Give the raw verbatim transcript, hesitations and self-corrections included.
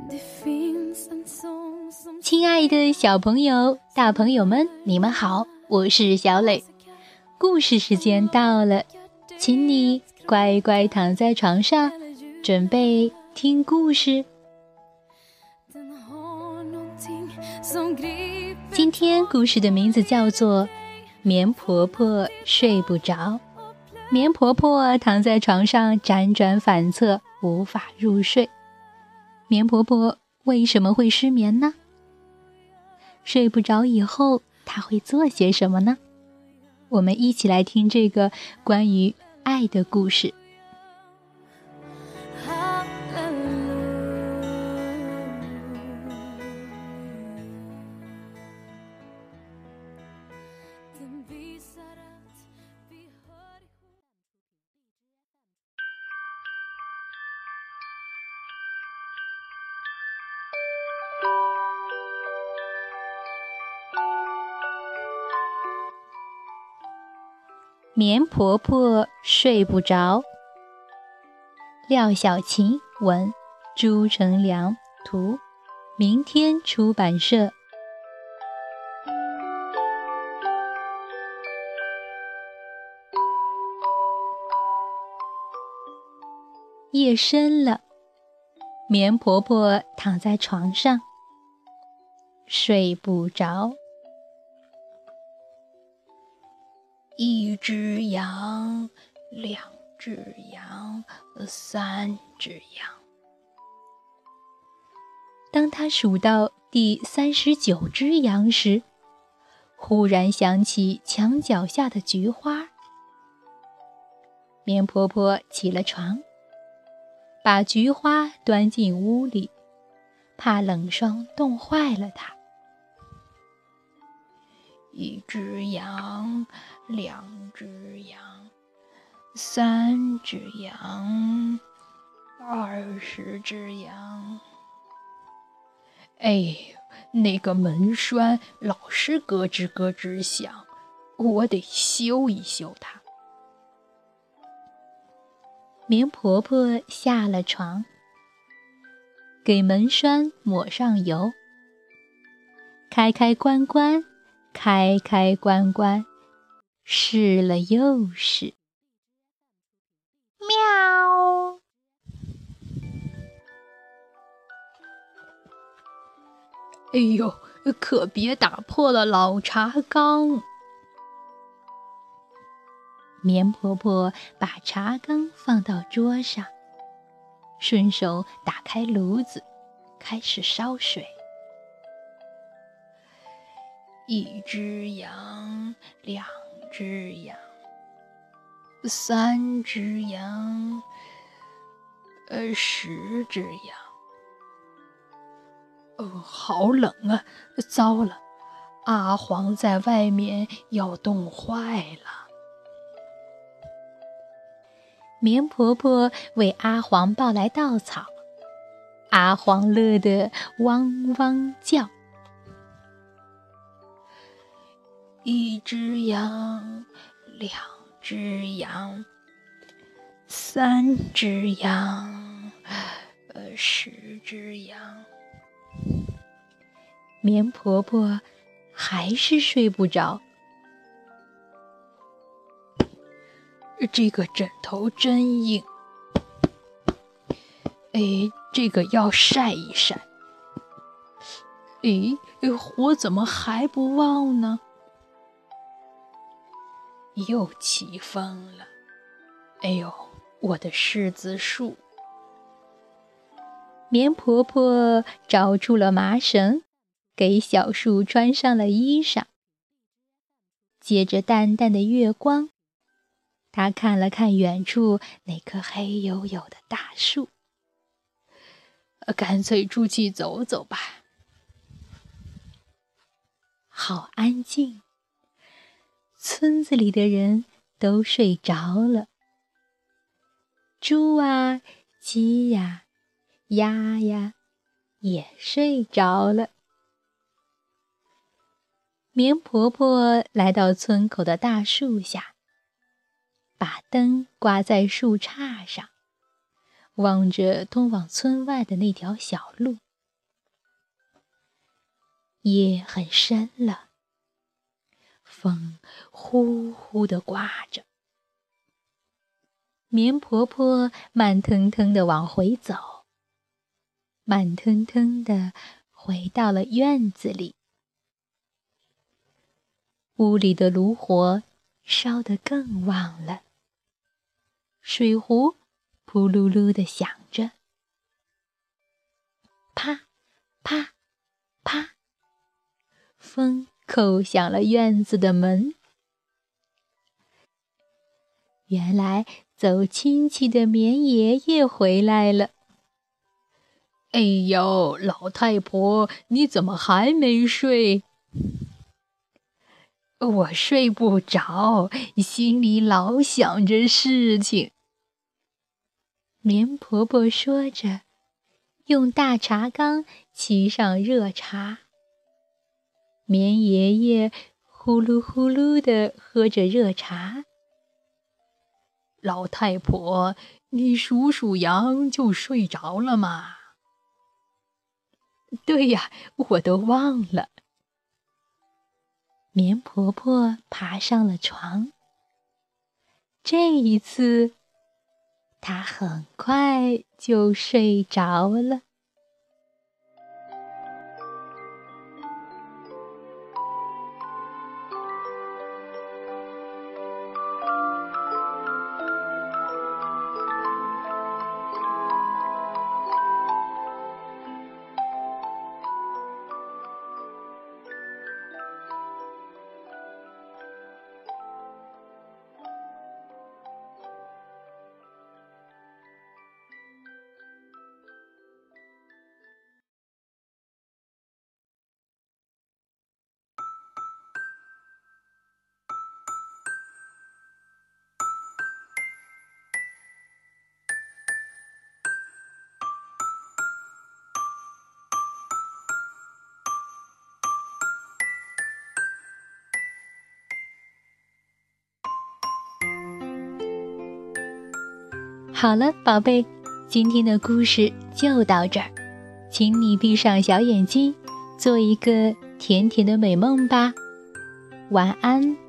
亲爱的小朋友、大朋友们，你们好，我是小磊。故事时间到了，请你乖乖躺在床上，准备听故事。今天故事的名字叫做《棉婆婆睡不着》。棉婆婆躺在床上辗转反侧，无法入睡。棉婆婆为什么会失眠呢？睡不着以后，她会做些什么呢？我们一起来听这个关于爱的故事。棉婆婆睡不着。廖小琴文，朱成良图，明天出版社。夜深了，棉婆婆躺在床上，睡不着。一只羊，两只羊，三只羊。当他数到第三十九只羊时，忽然想起墙角下的菊花。棉婆婆起了床，把菊花端进屋里，怕冷霜冻坏了它。一只羊，两只羊，三只羊，二十只羊。哎，那个门栓老是咯吱咯吱响，我得修一修它。棉婆婆下了床，给门栓抹上油，开开关关，开开关关，试了又试。喵！哎呦，可别打破了老茶缸。棉婆婆把茶缸放到桌上，顺手打开炉子，开始烧水。一只羊，两只羊，三只羊，呃，十只羊。哦，好冷啊！糟了，阿黄在外面要冻坏了。棉婆婆为阿黄抱来稻草，阿黄乐得汪汪叫。一只羊，两只羊，三只羊，呃，十只羊。棉婆婆还是睡不着。这个枕头真硬，哎，这个要晒一晒。诶，火怎么还不旺呢？又起风了，哎呦，我的柿子树！棉婆婆找出了麻绳，给小树穿上了衣裳。借着淡淡的月光，她看了看远处那棵黑黝黝的大树，干脆出去走走吧。好安静。村子里的人都睡着了，猪啊，鸡呀，鸭呀，也睡着了。棉婆婆来到村口的大树下，把灯挂在树杈上，望着通往村外的那条小路。 夜很深了，风呼呼地刮着。棉婆婆慢腾腾地往回走，慢腾腾地回到了院子里。屋里的炉火烧得更旺了，水壶扑噜噜地响着，啪啪啪，风扣响了院子的门。原来走亲戚的棉爷爷回来了。哎呦，老太婆，你怎么还没睡？我睡不着，心里老想着事情。棉婆婆说着，用大茶缸沏上热茶。棉爷爷呼噜呼噜地喝着热茶。老太婆，你数数羊就睡着了吗？对呀，我都忘了。棉婆婆爬上了床。这一次，她很快就睡着了。好了，宝贝，今天的故事就到这儿，请你闭上小眼睛，做一个甜甜的美梦吧。晚安。